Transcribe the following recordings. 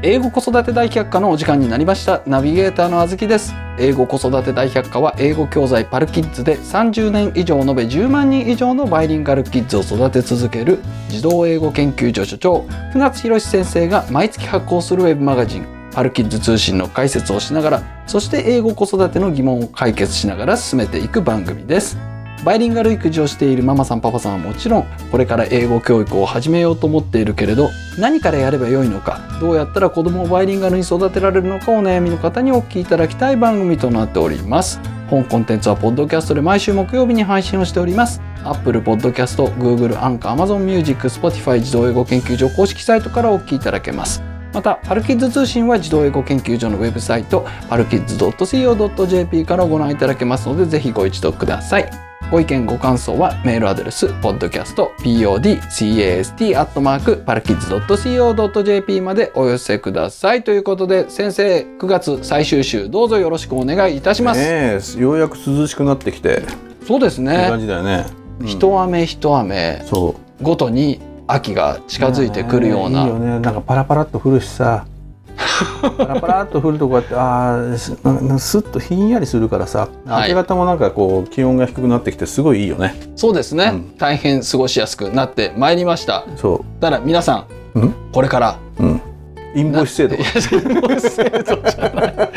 英語子育て大百科のお時間になりました。ナビゲーターのあずきです。英語子育て大百科は英語教材パルキッズで30年以上延べ10万人以上のバイリンガルキッズを育て続ける児童英語研究所所長船津博史先生が毎月発行するウェブマガジンパルキッズ通信の解説をしながら、そして英語子育ての疑問を解決しながら進めていく番組です。バイリンガル育児をしているママさんパパさんはもちろん、これから英語教育を始めようと思っているけれど何からやればよいのか、どうやったら子供をバイリンガルに育てられるのかお悩みの方にお聞きいただきたい番組となっております。本コンテンツはポッドキャストで毎週木曜日に配信をしております。 Apple Podcast、Google、アンカー、Amazon Music、Spotify 児童英語研究所公式サイトからお聞きいただけます。またパルキッズ通信は児童英語研究所のウェブサイトparkids.co.jp からご覧いただけますので、ぜひご一読ください。ご意見ご感想はメールアドレス podcast@parkids.co.jp までお寄せください。ということで先生、9月最終週どうぞよろしくお願いいたします。 ようやく涼しくなってきて、 そうですね、 いい感じだよね。 一雨一雨ごとに秋が近づいてくるような、 いいよね。なんかパラパラっと降るしさパラパラっと降るとこうやってスッとひんやりするからさ、明け方もなんかこう気温が低くなってきてすごいいいよね。 そうですね、大変過ごしやすくなってまいりました。 そうだから皆さん、これから、インボイス制度じゃない確かに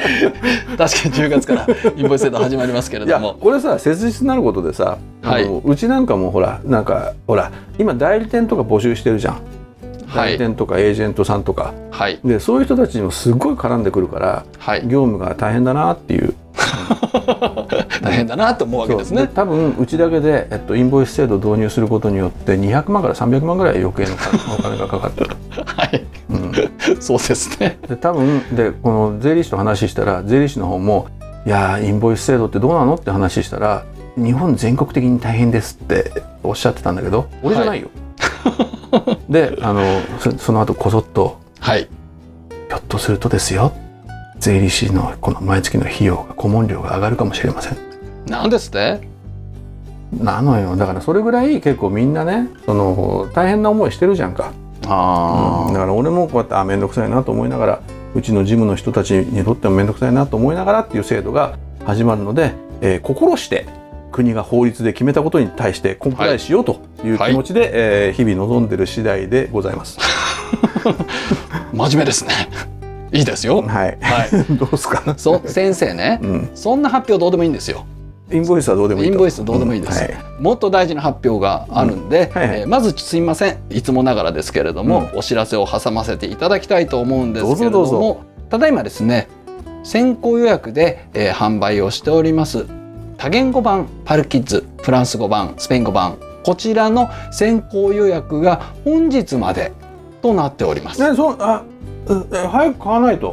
10月からインボイス制度始まりますけれども、 これさ切実なることでさ、うちなんかもほら今代理店とか募集してるじゃん。代理店とかエージェントさんとか、でそういう人たちにもすごい絡んでくるから、業務が大変だなっていう大変だなと思うわけですね。 多分うちだけで、インボイス制度を導入することによって200万から300万ぐらい余計なお金がかかってるそうですね。 で多分でこの税理士と話したら、税理士の方もいやインボイス制度ってどうなのって話したら、日本全国的に大変ですっておっしゃってたんだけど、俺じゃないよ、でその後こそっと、ひょっとするとですよ、税理士のこの毎月の費用が顧問料が上がるかもしれません。 なんですってなのよ。だからそれぐらい結構みんなね、大変な思いしてるじゃんか。だから俺もこうやって面倒くさいなと思いながら、うちの事務の人たちにとっても面倒くさいなと思いながらっていう制度が始まるので、心して国が法律で決めたことに対してコンプライしようという気持ちで、日々望んでる次第でございます真面目ですね。いいですよ。 どうですか。 先生ね、そんな発表どうでもいいんですよ。 インボイスはどうでもいいと。 インボイスどうでもいいです、もっと大事な発表があるんで、まずすいません、いつもながらですけれども、お知らせを挟ませていただきたいと思うんですけれども、ただいまですね、先行予約で、販売をしております多言語版パルキッズ、フランス語版、スペイン語版、こちらの先行予約が本日までとなっております。 早く買わないと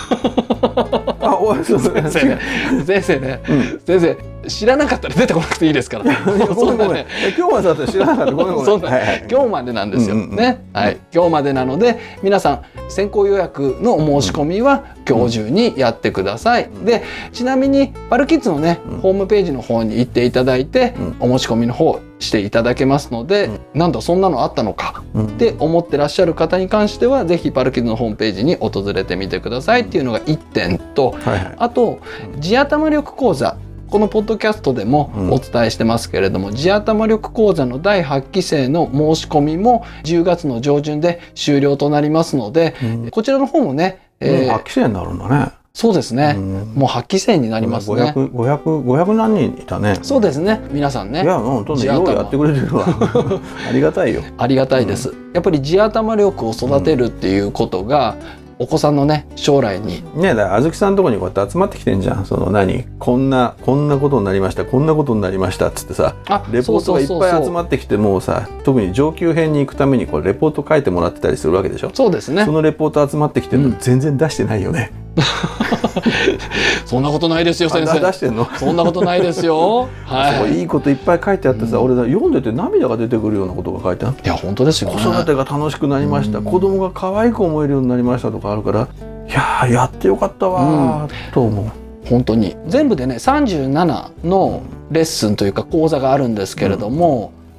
先生ね、先生知らなかったら出てこなくていいですから。 ごめん今日までだったら知らなかった。ごめん今日までなんですよね。今日までなので、皆さん先行予約のお申し込みは今日中にやってください。でちなみにパルキッズのね、ホームページの方に行っていただいて、お申し込みの方していただけますので、なんだそんなのあったのかって思ってらっしゃる方に関しては、ぜひパルキッズのホームページに訪れてみてくださいっていうのが1点と、あと地頭力講座、このポッドキャストでもお伝えしてますけれども、地頭力講座の第8期生の申し込みも10月の上旬で終了となりますので、こちらの方もね、 8期生になるんだね。 そうですね、もう8期生になりますね。 500何人いたね。 そうですね、皆さんね。 いや本当にようやってくれてるわありがたいよ。 ありがたいです、やっぱり地頭力を育てるっていうことが、お子さんのね将来にね、だからあずきさんのところにこうやって集まってきてんじゃん。こんなことになりました、こんなことになりましたっつってさ、レポートがいっぱい集まってきて、もうさ、特に上級編に行くためにこうレポート書いてもらってたりするわけでしょ。 そうですね。 そのレポート集まってきてるの全然出してないよねそんなことないですよ先生。 出してんの？ そんなことないですよいいこといっぱい書いてあってさ、俺読んでて涙が出てくるようなことが書いてある。 いや本当ですよね。 子育てが楽しくなりました、子供が可愛く思えるようになりましたとかあるから、いややってよかったわと思う。 本当に全部でね37のレッスンというか講座があるんですけれども、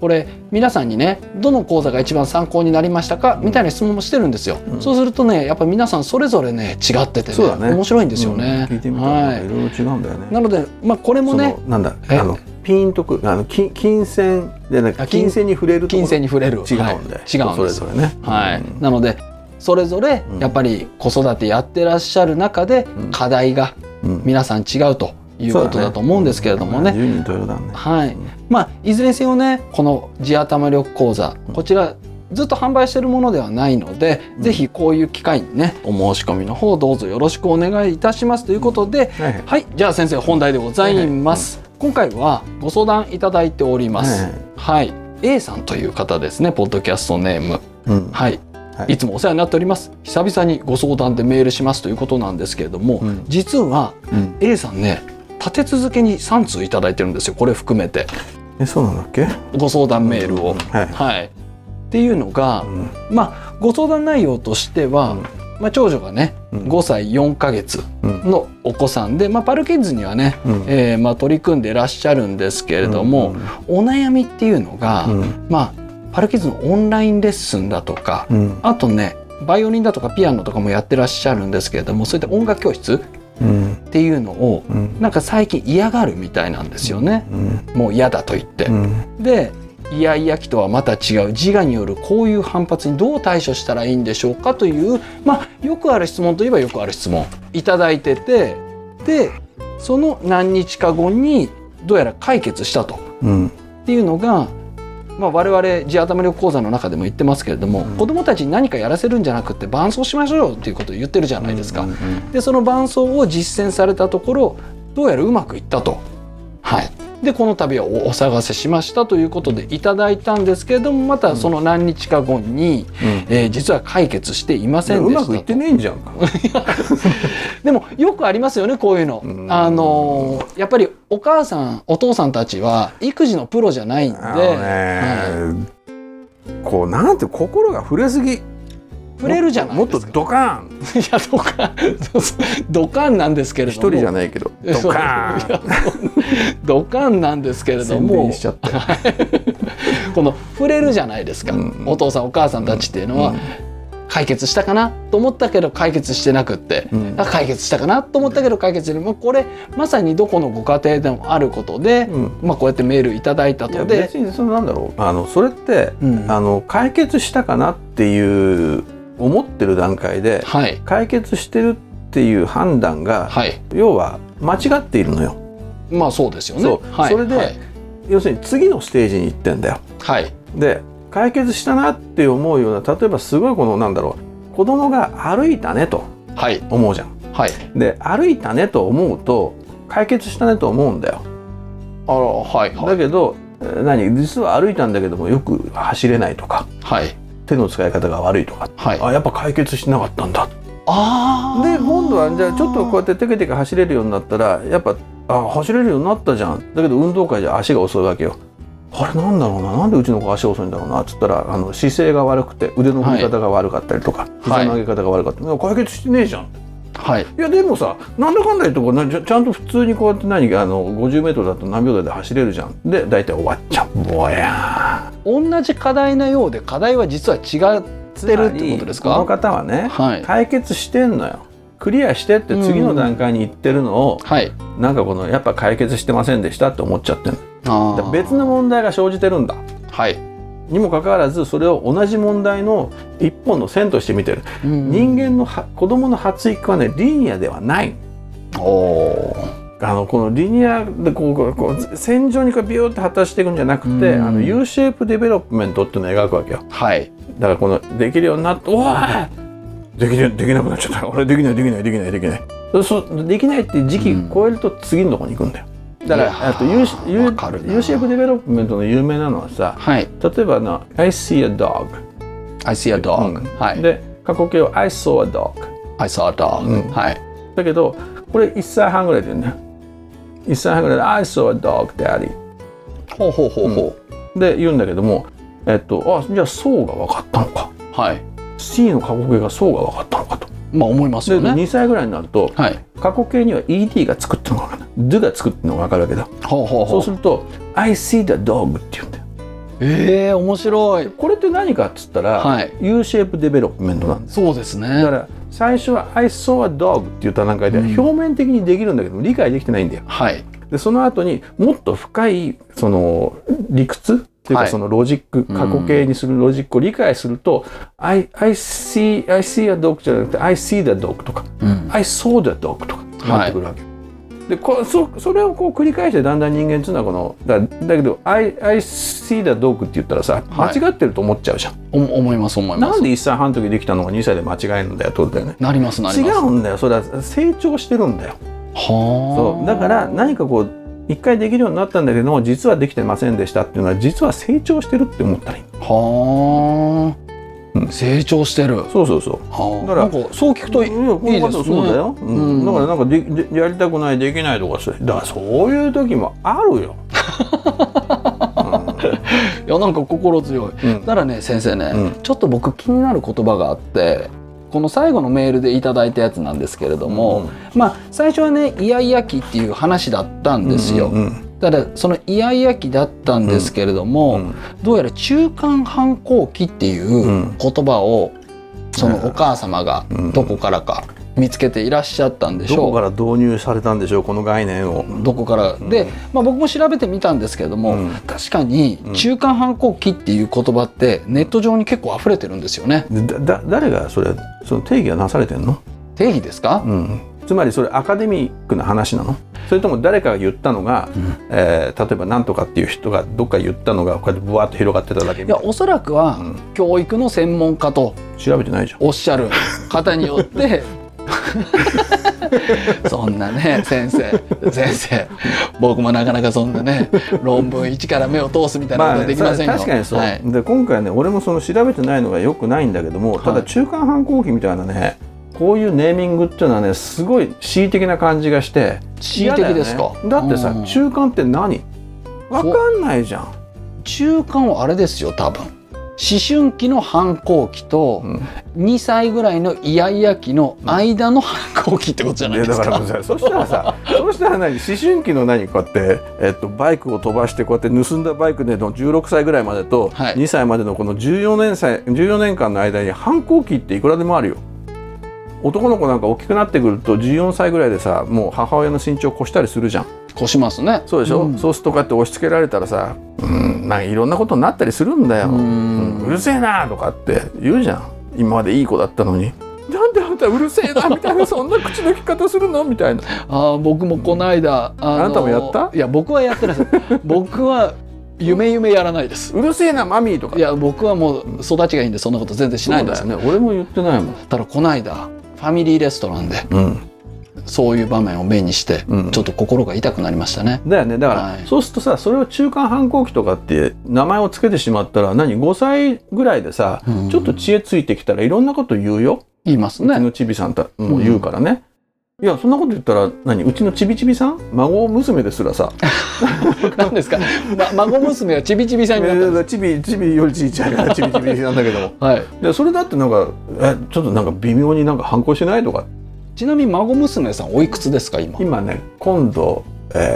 これ皆さんにねどの講座が一番参考になりましたかみたいな質問もしてるんですよ、そうするとねやっぱ皆さんそれぞれね違っててね、 そうだね、 面白いんですよね、 聞いてみたらいろいろ違うんだよね。 なのでこれもねなんだピンとく金線でね金線に触れるところ、 金線に触れる違うんだよ、 違うんですそれぞれね、 なのでそれぞれやっぱり子育てやってらっしゃる中で課題が皆さん違うということだと思うんですけれどもね。 十人十色だね。 はい。いずれにせよねこの地頭力講座、こちらずっと販売しているものではないので、ぜひこういう機会にねお申し込みの方どうぞよろしくお願いいたしますということで、はい、じゃあ先生本題でございます。今回はご相談いただいております。はい、A さんという方ですね、ポッドキャストネーム。はい。いつもお世話になっております。久々にご相談でメールしますということなんですけれども、実は A さんね立て続けに3通いただいてるんですよ、これ含めて。 そうなんだっけ、 ご相談メールを。はい。っていうのが、ご相談内容としては、長女がね5歳4ヶ月のお子さんで、パルキッズにはね、取り組んでいらっしゃるんですけれども、お悩みっていうのが、パルキッズのオンラインレッスンだとか、あとねバイオリンだとかピアノとかもやってらっしゃるんですけれども、そういった音楽教室っていうのをなんか最近嫌がるみたいなんですよね、もう嫌だと言って、でイヤイヤ期とはまた違う自我によるこういう反発にどう対処したらいいんでしょうかという、よくある質問といえばよくある質問いただいてて、でその何日か後にどうやら解決したと、っていうのが、我々地頭力講座の中でも言ってますけれども、子どもたちに何かやらせるんじゃなくて伴走しましょうよっていうことを言ってるじゃないですか。でその伴走を実践されたところどうやらうまくいったと。はい。でこの度はお探せしましたということでいただいたんですけれども、またその何日か後に、実は解決していませんでしたと。 うまくいってねえんじゃんかでもよくありますよねこういうの。やっぱりお母さんお父さんたちは育児のプロじゃないんで、 こうなんて心が触れすぎ、 触れるじゃないですか。 もっとドカンいやドカンなんですけれども、 一人じゃないけどドカンドカンなんですけれどもしちゃってこの触れるじゃないですか、お父さんお母さんたちっていうのは、解決したかなと思ったけど解決してなくって、解決したかなと思ったけど解決してる、これまさにどこのご家庭でもあることで、こうやってメールいただいたので、 別になんだろう、それって、解決したかなっていう思ってる段階で、解決してるっていう判断が、要は間違っているのよ。 そうですよね。 それで、要するに次のステージに行ってんだよ。で解決したなって思うような、例えばすごい子供が歩いたねと思うじゃん。で歩いたねと思うと解決したねと思うんだよ。だけど実は歩いたんだけどもよく走れないとか、手の使い方が悪いとか、やっぱ解決しなかったんだ。で今度はじゃあちょっとこうやってテケテケ走れるようになったらやっぱ走れるようになったじゃん。だけど運動会じゃ足が遅いわけよ。あれなんだろうな、なんでうちの子足遅いんだろうなっつったら、姿勢が悪くて腕の振り方が悪かったりとか、膝の上げ方が悪かったり、解決してねえじゃん。いやでもさ、なんだかんだ言うとちゃんと普通にこうやって50メートルだと何秒台で走れるじゃん。で大体終わっちゃう。ぼやー。同じ課題のようで課題は実は違ってるってことですか？ この方はね、解決してんのよ。クリアしてって次の段階に行ってるのを、やっぱ解決してませんでしたって思っちゃってる。別の問題が生じてるんだ。にもかかわらずそれを同じ問題の一本の線として見てる。人間の子供の発育はねリニアではない。このリニアでこう線上にビューって発達していくんじゃなくて、U シェイプデベロップメントっていうのを描くわけよ。だからこのできるようになって、できなくなっちゃった。俺できないできないっていう時期超えると次のところに行くんだよ。だからU シェイプデベロップメントの有名なのはさ、例えばI see a dog で過去形を I saw a dog だけどこれ1歳半ぐらいで言うんだよ。1歳半ぐらいで I saw a dog daddy で言うんだけども、じゃあそうが分かったのか、C の過去形がそうが分かったのかと思いますよね。 2歳ぐらいになると、過去形には ED がつくっていうのが分かる。do がつくっていうのが分かるわけだ。そうすると I see the dog って言うんだよ。 面白い。 これって何かっつったら、 はい、 U シェイプデベロップメントなんです。 そうですね。 だから最初は I saw a dog って言った段階では表面的にできるんだけど、理解できてないんだよ。 はい、 でその後にもっと深いその理屈っていうか、そのロジック、過去形にするロジックを理解すると、I see a dog じゃなくて I see the dog とか、I saw the dog とかなってくるわけ。でそれをこう繰り返してだんだん人間っていうのはこのだけど I see the dog って言ったらさ、間違ってると思っちゃうじゃん。 思います。 なんで1歳半の時できたのが2歳で間違えるんだよってことだよね。 なります。 違うんだよ。それは成長してるんだよ。そうだから何かこう一回できるようになったんだけども、実はできてませんでしたっていうのは、実は成長してるって思ったらいい。 成長してる。 そう。だからなんかそう聞くといいですね。 そうだよ。だからなんかやりたくないできないとかだからそういう時もあるよ。 いやなんか心強い。だからね先生ね、ちょっと僕気になる言葉があって。この最後のメールでいただいたやつなんですけれども、最初はねイヤイヤ期っていう話だったんですよ。ただそのイヤイヤ期だったんですけれども、どうやら中間反抗期っていう言葉をそのお母様がどこからか見つけていらっしゃったんでしょう。 どこから導入されたんでしょう、この概念を。 どこからで、僕も調べてみたんですけれども、確かに中間反抗期っていう言葉ってネット上に結構溢れてるんですよね。 誰がその定義がなされてんの？ 定義ですか？ つまりそれアカデミックな話なの？それとも誰かが言ったのが、例えば何とかっていう人がどっか言ったのがこうやってブワッと広がってただけみたいな。 いやおそらくは、教育の専門家と調べてないじゃん。 おっしゃる方によってそんなね先生僕もなかなかそんなね論文一から目を通すみたいなことはできませんよ。 確かにそう、で今回ね俺もその調べてないのがよくないんだけども、ただ中間反抗期みたいなねこういうネーミングっていうのはねすごい恣意的な感じがして恣意的ですか？ だってさ、中間って何？分かんないじゃん。 中間はあれですよ多分。思春期の反抗期と2歳ぐらいのイヤイヤ期の間の反抗期ってことじゃないですか。 だからそしたら何思春期のこうやって、バイクを飛ばしてこうやって盗んだバイクでの16歳ぐらいまでと2歳までのこの14年間の間に反抗期っていくらでもあるよ。男の子なんか大きくなってくると14歳ぐらいでさもう母親の身長を越したりするじゃん。 越しますね。 そうでしょ、そうするとこうやって押し付けられたらさなんかいろんなことになったりするんだよ。うるせえなとかって言うじゃん。今までいい子だったのになんであんたうるせえなみたいなそんな口の利き方するのみたいな。 僕もこの間あなたもやった？ いや僕はやってないです僕は夢やらないです。 うるせえなマミーとか。 いや僕はもう育ちがいいんでそんなこと全然しないんですよね。俺も言ってないもん。 ただこの間ファミリーレストランで、そういう場面を目にして、ちょっと心が痛くなりましたね。 だよね。だから、そうするとさそれを中間反抗期とかって名前をつけてしまったら5歳ぐらいでさ、ちょっと知恵ついてきたらいろんなこと言うよ。 言いますね。 うちのちびさんも言うからね。いやそんなこと言ったらうちのちびちびさん孫娘ですらさ何ですか、孫娘はちびちびさんになったんです。 ちびよりちいちゃいからちびちびなんだけども、でそれだってちょっと微妙に反抗しないとか。 ちなみに孫娘さんおいくつですか今？ 今ね今度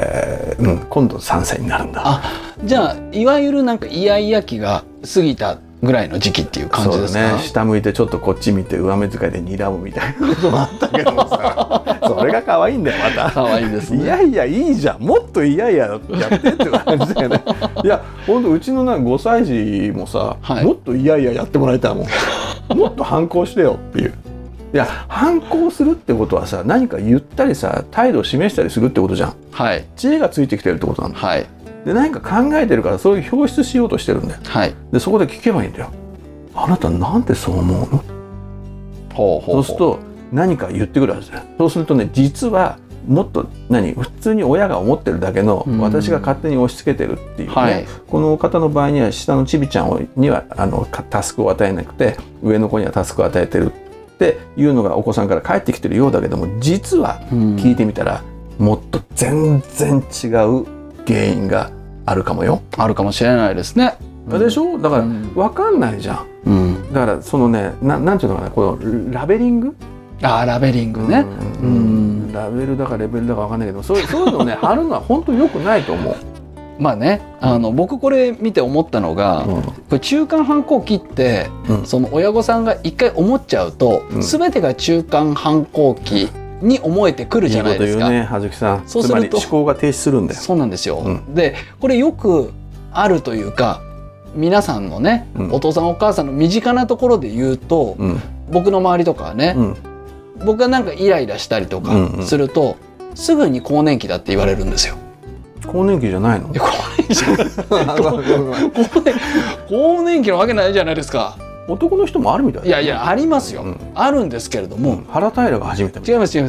3歳になるんだ。 じゃあいわゆるイヤイヤ期が過ぎたぐらいの時期っていう感じですか？ そうね。下向いてちょっとこっち見て上目遣いで睨むみたいなこともあったけどさそれが可愛いんだよまた。 可愛いですね。 いやいいじゃんもっといややってって感じだよねいやほんとうちの5歳児もさ、もっといややってもらいたいもんもっと反抗してよっていう。いや反抗するってことはさ何か言ったりさ態度を示したりするってことじゃん。知恵がついてきてるってことなんだ。で何か考えてるからそういう表出しようとしてるんだよ。でそこで聞けばいいんだよ。あなたなんでそう思うの？そうすると何か言ってくるはずだよ。そうするとね実はもっと普通に親が思ってるだけの私が勝手に押し付けてるっていうね、この方の場合には下のちびちゃんにはタスクを与えなくて上の子にはタスクを与えてるっていうのがお子さんから返ってきてるようだけども、実は聞いてみたらもっと全然違う原因があるかもよ。 あるかもしれないですね。 でしょ？だから分かんないじゃん。だからそのねなんていうのかな、このラベリング。 ラベリングね。 ラベルだかレベルだか分かんないけどそういうのをね貼るのは本当良くないと思う。 まあね、僕これ見て思ったのが、これ中間反抗期って、その親御さんが一回思っちゃうと、全てが中間反抗期に思えてくるじゃないですか。 いいこと言うね、葉月さん。 そうするとつまり思考が停止するんだよ。 そうなんですよ。でこれよくあるというか、皆さんのね、お父さんお母さんの身近なところで言うと、僕の周りとかはね、僕がなんかイライラしたりとかすると、すぐに更年期だって言われるんですよ。 更年期じゃないの？ 更年期じゃない更年期のわけないじゃないですか。 男の人もあるみたい。 いやいや、ありますよ、あるんですけれども、 原平が初めて。 違います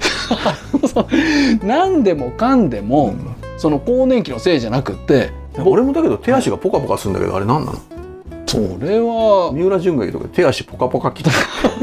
何でもかんでも、その更年期のせいじゃなくって、 俺もだけど手足がポカポカするんだけど、あれ何なの？ それは三浦淳が言うとか手足ポカポカきて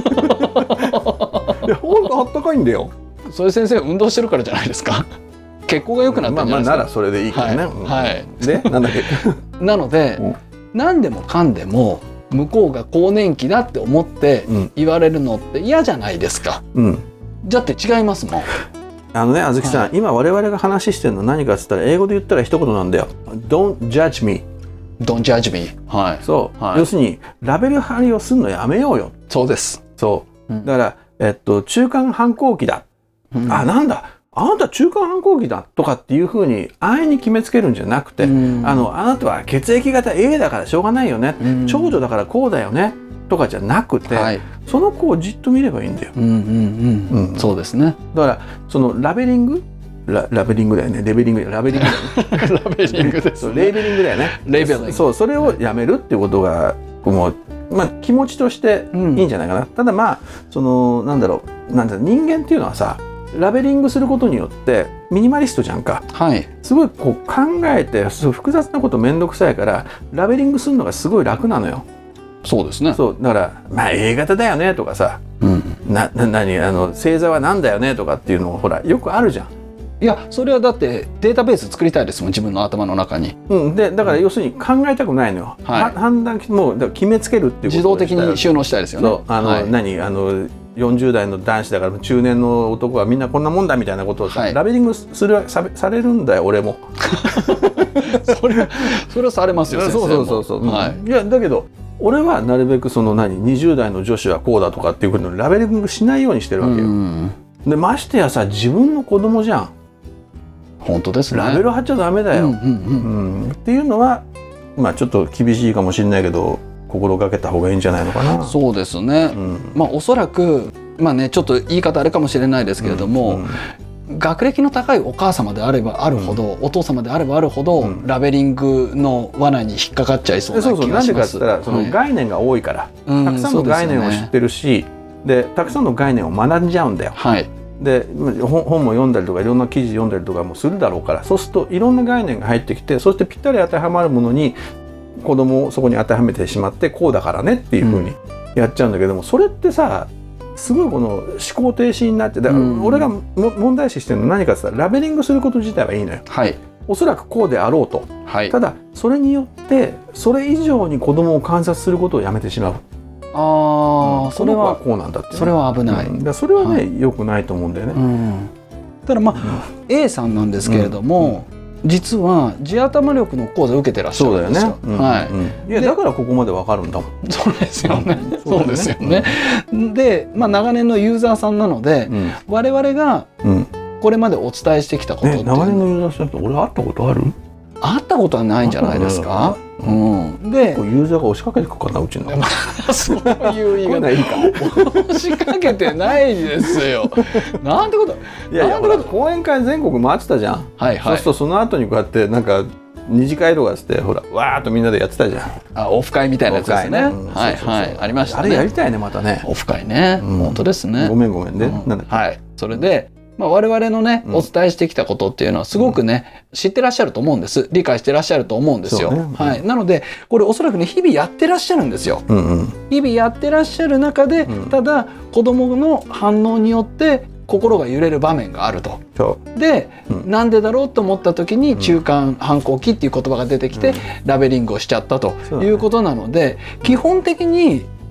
いやほんとあったかいんだよ。 それ先生運動してるからじゃないですか。血行が良くなったんじゃないですか。 ならそれでいいけどね。 はいでなんだっけなので、何でもかんでも向こうが更年期だって思って言われるのって嫌じゃないですか。だって違いますもん。 あずきさん、今我々が話してるの何かっつったら、英語で言ったら一言なんだよ。Don't judge me. Don't judge me. はい。 そう、要するにラベル貼りをするのやめようよ。 そうです。 そう。だから中間反抗期だ。なんだ。あなた中間反抗期だとかっていうふうに安易に決めつけるんじゃなくて、あなたは血液型 A だからしょうがないよね、長女だからこうだよねとかじゃなくて、その子をじっと見ればいいんだよ。 そうですね。 だからそのラベリングラベリングだよね。レベリングラベリングだよね。 ラベリングですね。 レーベリングだよね。 レベリング。 そう、それをやめるっていうことがもう、気持ちとしていいんじゃないかな。ただそのなんだろう、人間っていうのはさ、ラベリングすることによってミニマリストじゃんか、すごいこう考えて、すごい複雑なことめんどくさいからラベリングするのがすごい楽なのよ。 そうですね。 そうだから A 型だよねとかさ、星座はなんだよねとかっていうのをほらよくあるじゃん。 いや、それはだってデータベース作りたいですもん、自分の頭の中に。 でだから要するに考えたくないのよ。判断もう決めつけるっていうこと自動的に収納したいですよね。 そう40代の男子だから中年の男はみんなこんなもんだみたいなことをラベリングされるんだよ、俺も。 それはされますよ、先生も。 そう。いやだけど俺はなるべくその20代の女子はこうだとかっていうことをラベリングしないようにしてるわけよ。でましてやさ、自分の子供じゃん。 本当ですね。 ラベル貼っちゃダメだよ。っていうのはちょっと厳しいかもしれないけど、心がけた方がいいんじゃないのかな。 そうですね。おそらくちょっと言い方あれかもしれないですけれども、学歴の高いお母様であればあるほど、お父様であればあるほど、ラベリングの罠に引っかかっちゃいそうな気がします。 なんでかって言ったら、その概念が多いから、たくさんの概念を知ってるし、でたくさんの概念を学んじゃうんだよ。で本も読んだりとかいろんな記事読んだりとかもするだろうから、そうするといろんな概念が入ってきて、そしてぴったり当てはまるものに子供をそこに当てはめてしまって、こうだからねっていうふうにやっちゃうんだけども、それってさ、すごいこの思考停止になって、だから俺が問題視してるのは何かって言ったら、ラベリングすること自体はいいのよ。おそらくこうであろうと。ただそれによってそれ以上に子供を観察することをやめてしまう。それはこうなんだって、 それは危ない。 それはね、良くないと思うんだよね。 ただA さんなんですけれども、実は地頭力の講座を受けてらっしゃるんですよ。 いやだからここまでわかるんだもん。 そうですよね。そうですよね。で、長年のユーザーさんなので、我々がこれまでお伝えしてきたことって、 長年のユーザーさんって俺会ったことある？ 会ったことはないんじゃないですか。で、ユーザーが押しかけてくかな、うちの。 そういう言い方いいか。押しかけてないですよ。なんてこと。 いや講演会全国回ってたじゃん。そうするとその後にこうやってなんか二次会とかつってほらわーっとみんなでやってたじゃん。 オフ会みたいなやつですね。ありましたね。 あれやりたいね、またね。 オフ会ね。本当ですね。 ごめんね。 それで。我々のね、お伝えしてきたことっていうのはすごくね、知ってらっしゃると思うんです。理解してらっしゃると思うんですよ。なのでこれおそらくね、日々やってらっしゃるんですよ。日々やってらっしゃる中で、ただ子供の反応によって心が揺れる場面があると。で、なんでだろうと思った時に中間反抗期っていう言葉が出てきて、ラベリングをしちゃったということなので、基本的に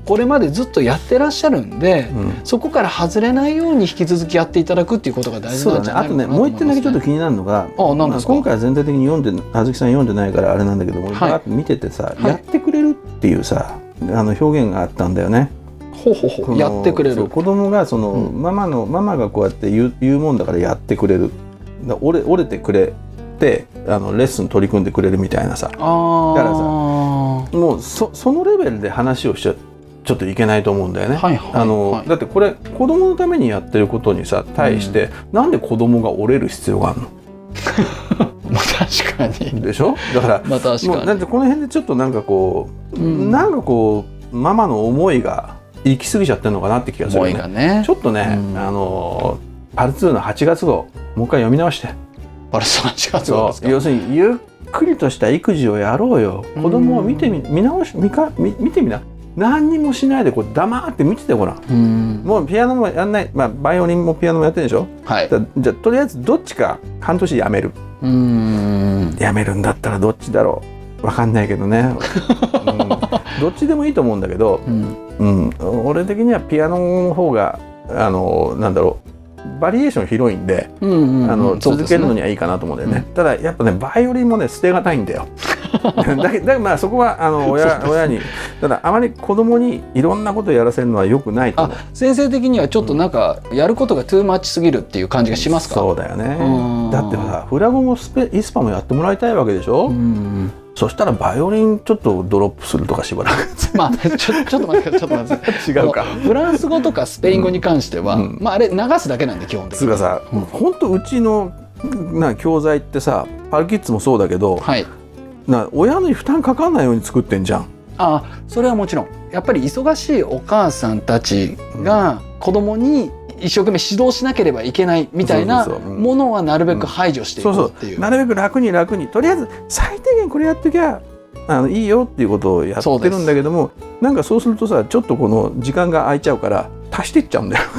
これまでずっとやってらっしゃるんで、そこから外れないように引き続きやっていただくっていうことが大事なんじゃないかなと思いますね。 あとね、もう一点だけちょっと気になるのが、 何ですか？ 今回は全体的にあずきさん読んでないからあれなんだけども、バーッと見ててさ、やってくれるっていうさ表現があったんだよね。 やってくれる。 子供がその、ママがこうやって言うもんだからやってくれる。折れてくれてレッスン取り組んでくれるみたいなさ。だからさ、もうそのレベルで話をしちゃちょっといけないと思うんだよね。だってこれ子供のためにやってることにさ対して、なんで子供が折れる必要があるの？ 確かに。 でしょ？だから、 確かに。 だってこの辺でちょっとなんかこう、ママの思いが行き過ぎちゃってるのかなって気がするね。 思いがね。 ちょっとね、パル2の8月号もう一回読み直して。 パル2の8月号ですか？ 要するにゆっくりとした育児をやろうよ。子供を見てみな。何にもしないでこう黙って見ててごらん。もうピアノもやんない、バイオリンもピアノもやってるでしょ。じゃあとりあえずどっちか半年やめる。やめるんだったらどっちだろう。わかんないけどね。どっちでもいいと思うんだけど、俺的にはピアノの方がなんだろう。バリエーション広いんで、続けるのにはいいかなと思うんだよね。ただやっぱねバイオリンもね捨てがたいんだよ。だけどそこは親にただあまり子供にいろんなことをやらせるのは良くないと思う。 先生的にはちょっとなんかやることがトゥーマッチすぎるっていう感じがしますか？ そうだよね。だってさフラゴもイスパもやってもらいたいわけでしょ。そしたらバイオリンちょっとドロップするとかしばらくちょっと待って違うか。フランス語とかスペイン語に関しては、あれ流すだけなんで基本的に。つうかさ、本当うちの教材ってさパルキッズもそうだけど、親に負担かかんないように作ってんじゃん。 それはもちろんやっぱり忙しいお母さんたちが子供に一生懸命指導しなければいけないみたいなものはなるべく排除していこうっていう。 なるべく楽にとりあえず最低限これやってきゃいいよっていうことをやってるんだけども、なんかそうするとさちょっとこの時間が空いちゃうから足していっちゃうんだよ。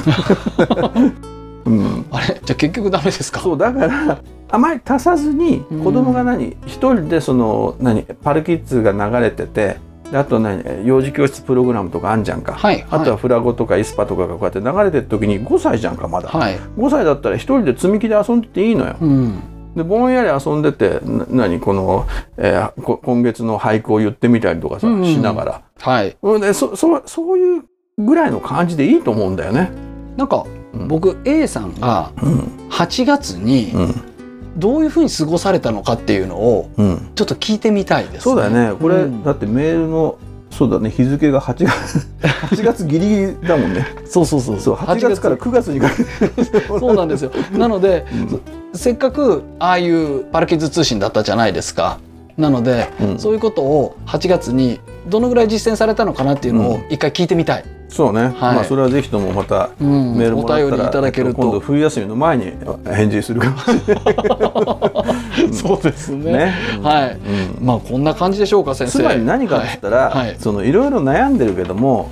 あれじゃあ結局ダメですか？ そうだからあまり足さずに子供が一人でパルキッズが流れてて。あと幼児教室プログラムとかあんじゃんか、あとはフラゴとかイスパとかがこうやって流れてる時に5歳じゃんかまだ、5歳だったら一人で積み木で遊んでていいのよ。でぼんやり遊んでてこの、今月の俳句を言ってみたりとかさ、しながら、でそういうぐらいの感じでいいと思うんだよね。 なんか、僕 A さんが8月に、どういうふうに過ごされたのかっていうのをちょっと聞いてみたいですね。 そうだよね。これ、だってメールのそうだね日付が8月ギリギリだもんね。 そう 8月から9月にかけてそうなんですよ。なので、せっかくああいうパルキッズ通信だったじゃないですか。なので、そういうことを8月にどのぐらい実践されたのかなっていうのを一回聞いてみたい。 そうね、それはぜひともまたメールもらったら、 お便りいただけると今度冬休みの前に返事するかもしれないそうですね。こんな感じでしょうか先生。 つまり何かって言ったら、いろいろ悩んでるけども、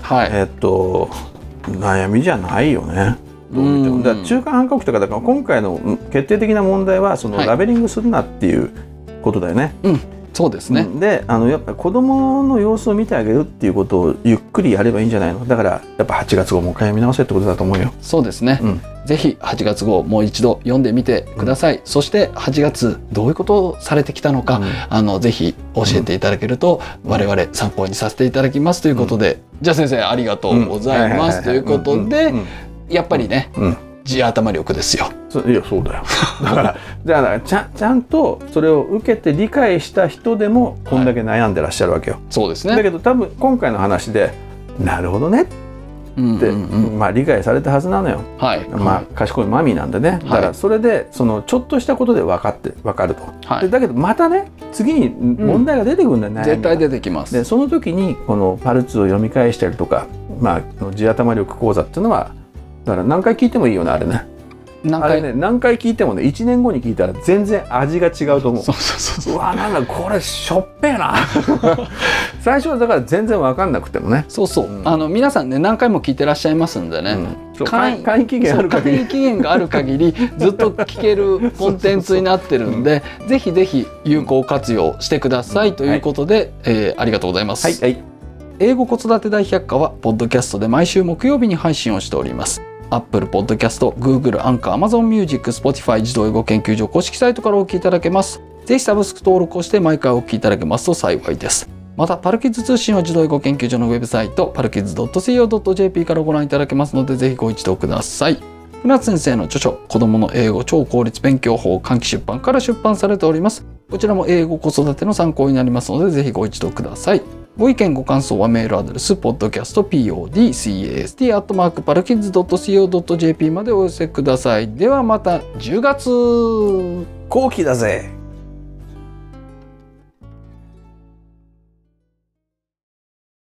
悩みじゃないよね。どう見てもだから中間反抗期とかだから今回の決定的な問題はラベリングするなっていうことだよね。 そうですね。 でやっぱり子供の様子を見てあげるっていうことをゆっくりやればいいんじゃないの。だからやっぱ8月号もう一回見直せってことだと思うよ。 そうですね、ぜひ8月号もう一度読んでみてください。そして8月どういうことをされてきたのか、ぜひ教えていただけると、我々参考にさせていただきますということで、じゃあ先生ありがとうございますということで、やっぱりね、地頭力ですよ。 いやそうだよ。だからちゃんとそれを受けて理解した人でもこんだけ悩んでらっしゃるわけよ。 そうですね。 だけど多分今回の話でなるほどねって理解されたはずなのよ。賢いマミーなんでね。だからそれでちょっとしたことで分かると。だけどまたね次に問題が出てくるんだよね。 絶対出てきます。 でその時にこのパルツを読み返したりとか、地頭力講座っていうのはだから何回聞いてもいいよねあれね。何回聞いてもね1年後に聞いたら全然味が違うと思う。うわなんだこれしょっぺーな最初はだから全然分かんなくてもね。 皆さんね何回も聞いてらっしゃいますんでね、 会員期限がある限りずっと聞けるコンテンツになってるんでぜひぜひ有効活用してくださいということで、ありがとうございます。 英語子育て大百科はポッドキャストで毎週木曜日に配信をしております。Apple Podcast、Google、Anchor、Amazon Music、Spotify 児童英語研究所公式サイトからお聞きいただけます。ぜひサブスク登録をして毎回お聞きいただけますと幸いです。またパルキッズ通信は児童英語研究所のウェブサイトパルキッズ .co.jp からご覧いただけますので、ぜひご一読ください。船津先生の著書子どもの英語超効率勉強法、換気出版から出版されております。こちらも英語子育ての参考になりますので、ぜひご一読ください。ご意見ご感想はメールアドレス podcast.podcast@parkids.co.jp までお寄せください。ではまた10月。 後期だぜ。